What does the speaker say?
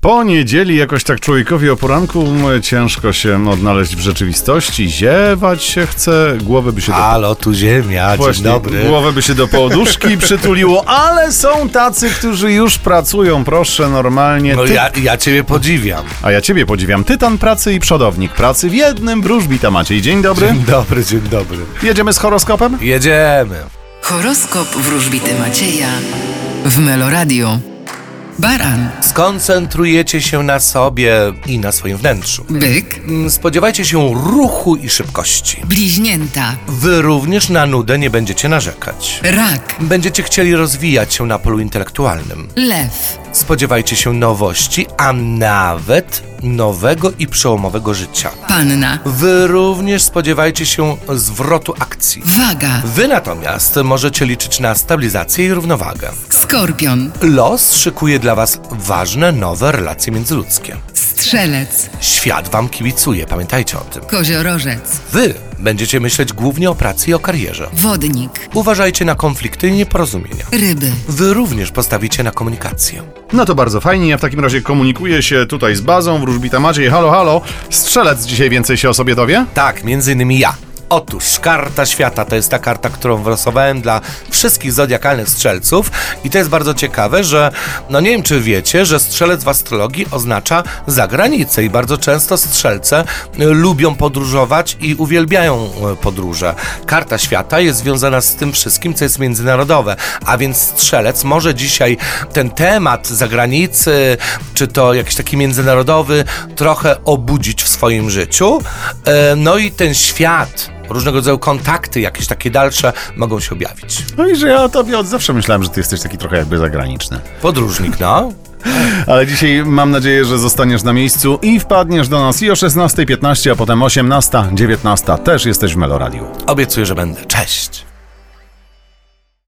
Po niedzieli jakoś tak człowiekowi o poranku ciężko się odnaleźć w rzeczywistości. Ziewać się chce, głowę by się Halo, tu Ziemia, Właśnie, dzień dobry. Głowę by się do poduszki przytuliło, ale są tacy, którzy już pracują, proszę, normalnie. No ja ciebie podziwiam. A ja ciebie podziwiam. Tytan pracy i przodownik pracy w jednym. Wróżbita Maciej. Dzień dobry. Dzień dobry. Jedziemy z horoskopem? Jedziemy. Horoskop wróżbity Macieja w Meloradio. Baran, Skoncentrujecie się na sobie i na swoim wnętrzu. byk, Spodziewajcie się ruchu i szybkości. bliźnięta, Wy również na nudę nie będziecie narzekać. rak, Będziecie chcieli rozwijać się na polu intelektualnym. lew, Spodziewajcie się nowości, a nawet nowego i przełomowego życia. panna, Wy również spodziewajcie się zwrotu akcji. waga, Wy natomiast możecie liczyć na stabilizację i równowagę. skorpion, Los szykuje dla was ważne, nowe relacje międzyludzkie. strzelec, Świat wam kibicuje, pamiętajcie o tym. koziorożec, Wy będziecie myśleć głównie o pracy i o karierze. wodnik, Uważajcie na konflikty i nieporozumienia. ryby. Wy również postawicie na komunikację. No to bardzo fajnie. Ja w takim razie komunikuję się tutaj z bazą. Wróżbita Maciej. Halo, halo. Strzelec dzisiaj więcej się o sobie dowie? Tak, między innymi ja. Otóż karta świata to jest ta karta, którą wylosowałem dla wszystkich zodiakalnych strzelców i to jest bardzo ciekawe, że nie wiem czy wiecie, że strzelec w astrologii oznacza zagranicę i bardzo często strzelce lubią podróżować i uwielbiają podróże. Karta świata jest związana z tym wszystkim, co jest międzynarodowe, a więc strzelec może dzisiaj ten temat zagranicy, czy to jakiś taki międzynarodowy trochę obudzić w swoim życiu. No i ten świat, różnego rodzaju kontakty, jakieś takie dalsze mogą się objawić. No i że ja o tobie od zawsze myślałem, że ty jesteś taki trochę jakby zagraniczny. Podróżnik, no. Ale dzisiaj mam nadzieję, że zostaniesz na miejscu i wpadniesz do nas i o 16:15, a potem 18:19 też jesteś w Meloradiu. Obiecuję, że będę. Cześć.